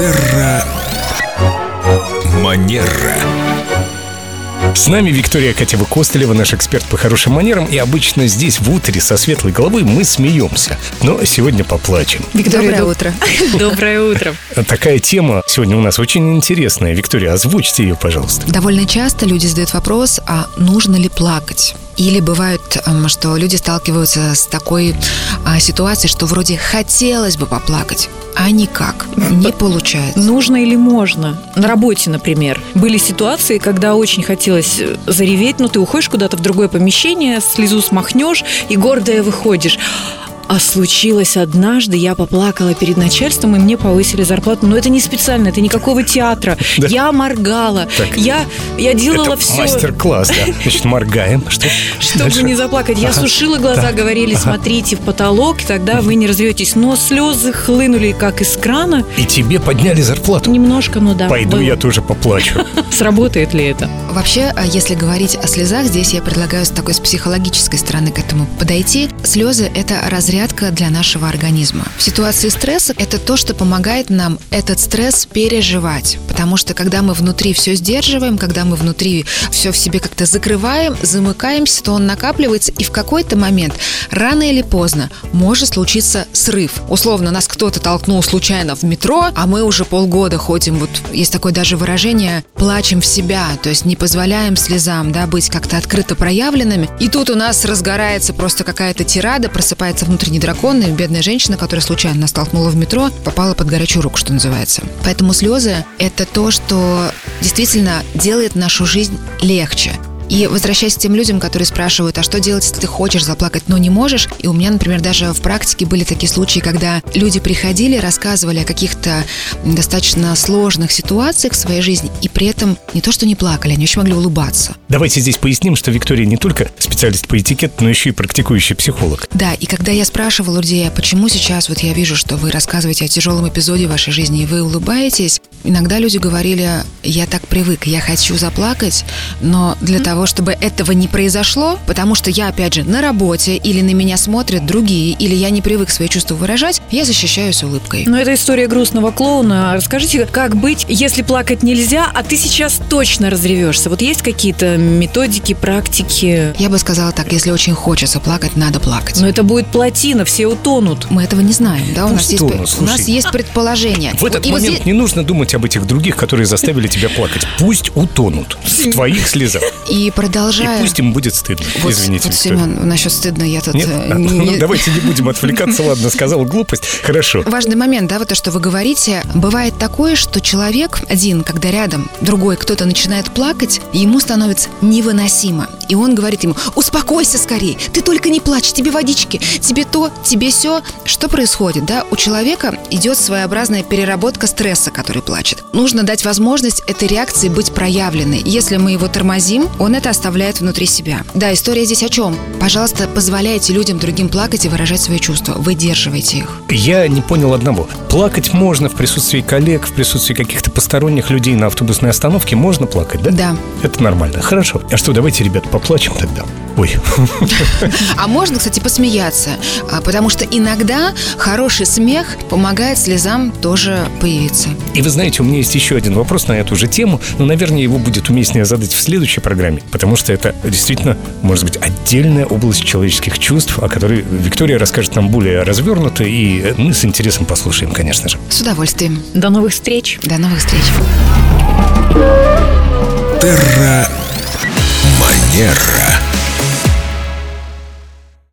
Манера. С нами Виктория Катева-Костылева, наш эксперт по хорошим манерам. И обычно здесь в утре со светлой головой мы смеемся. Но сегодня поплачем. Виктория, доброе утро. Доброе утро. Такая тема сегодня у нас очень интересная. Виктория, озвучьте ее, пожалуйста. Довольно часто люди задают вопрос, а нужно ли плакать? Или бывает, что люди сталкиваются с такой ситуацией, что вроде хотелось бы поплакать, а никак, не получается. Нужно или можно? На работе, например, были ситуации, когда очень хотелось зареветь, но ты уходишь куда-то в другое помещение, слезу смахнешь и гордая выходишь. А случилось однажды, я поплакала перед начальством, и мне повысили зарплату. Но это не специально, это никакого театра. Да. Я моргала, я делала это все. Мастер-класс, да. Значит, моргаем. Чтобы дальше не заплакать. Я сушила глаза, говорили, смотрите в потолок, и тогда вы не разреветесь. Но слезы хлынули, как из крана. И тебе подняли зарплату? Немножко, но да. Пойду я тоже поплачу. Сработает ли это? Вообще, если говорить о слезах, здесь я предлагаю с такой психологической стороны к этому подойти. Слезы – это разрядка для нашего организма. В ситуации стресса это то, что помогает нам этот стресс переживать. Потому что когда мы внутри все сдерживаем, когда мы внутри все в себе как-то закрываем, замыкаемся, то он накапливается, и в какой-то момент, рано или поздно, может случиться срыв. Условно, нас кто-то толкнул случайно в метро, а мы уже полгода ходим, вот есть такое даже выражение, плачем в себя, то есть не позволяем слезам, да, быть как-то открыто проявленными. И тут у нас разгорается просто какая-то тирада, просыпается внутренний дракон, и бедная женщина, которая случайно нас толкнула в метро, попала под горячую руку, что называется. Поэтому слезы – это то, что действительно делает нашу жизнь легче. И возвращаясь к тем людям, которые спрашивают, а что делать, если ты хочешь заплакать, но не можешь? И у меня, например, даже в практике были такие случаи, когда люди приходили, рассказывали о каких-то достаточно сложных ситуациях в своей жизни, и при этом не то, что не плакали, они очень могли улыбаться. Давайте здесь поясним, что Виктория не только специалист по этикету, но еще и практикующий психолог. Да, и когда я спрашивала людей, а почему сейчас вот я вижу, что вы рассказываете о тяжелом эпизоде в вашей жизни, и вы улыбаетесь, иногда люди говорили, я так привык, я хочу заплакать, но для того, чтобы этого не произошло, потому что я, опять же, на работе, или на меня смотрят другие, или я не привык свои чувства выражать, я защищаюсь улыбкой. Но это история грустного клоуна. Расскажите, как быть, если плакать нельзя, а ты сейчас точно разревешься? Вот есть какие-то методики, практики? Я бы сказала так, если очень хочется плакать, надо плакать. Но это будет плотина, все утонут. Мы этого не знаем, да? У нас есть предположение. В этот момент не нужно думать об этих других, которые заставили тебя плакать. Пусть утонут в твоих слезах. И продолжая... И пусть им будет стыдно. Вот, извините, вот, Семен, насчет стыдно я тут... Нет? Давайте не будем отвлекаться, ладно, сказал глупость. Хорошо. Важный момент, да, вот то, что вы говорите. Бывает такое, что человек один, когда рядом другой кто-то начинает плакать, ему становится невыносимо. И он говорит ему, успокойся скорее, ты только не плачь, тебе водички, тебе то, тебе сё. Что происходит, да? У человека идет своеобразная переработка стресса, который плачет. Нужно дать возможность этой реакции быть проявленной. Если мы его тормозим, он это оставляет внутри себя. Да, история здесь о чем? Пожалуйста, позволяйте людям другим плакать и выражать свои чувства. Выдерживайте их. Я не понял одного. Плакать можно в присутствии коллег, в присутствии каких-то посторонних людей на автобусной остановке. Можно плакать, да? Да. Это нормально. Хорошо. А что, давайте, ребят, поплачем тогда. Ой. А можно, кстати, посмеяться, потому что иногда хороший смех помогает слезам тоже появиться. И вы знаете, у меня есть еще один вопрос на эту же тему, но, наверное, его будет уместнее задать в следующей программе, потому что это действительно, может быть, отдельная область человеческих чувств, о которой Виктория расскажет нам более развернуто, и мы с интересом послушаем, конечно же. С удовольствием. До новых встреч. До новых встреч. Манера.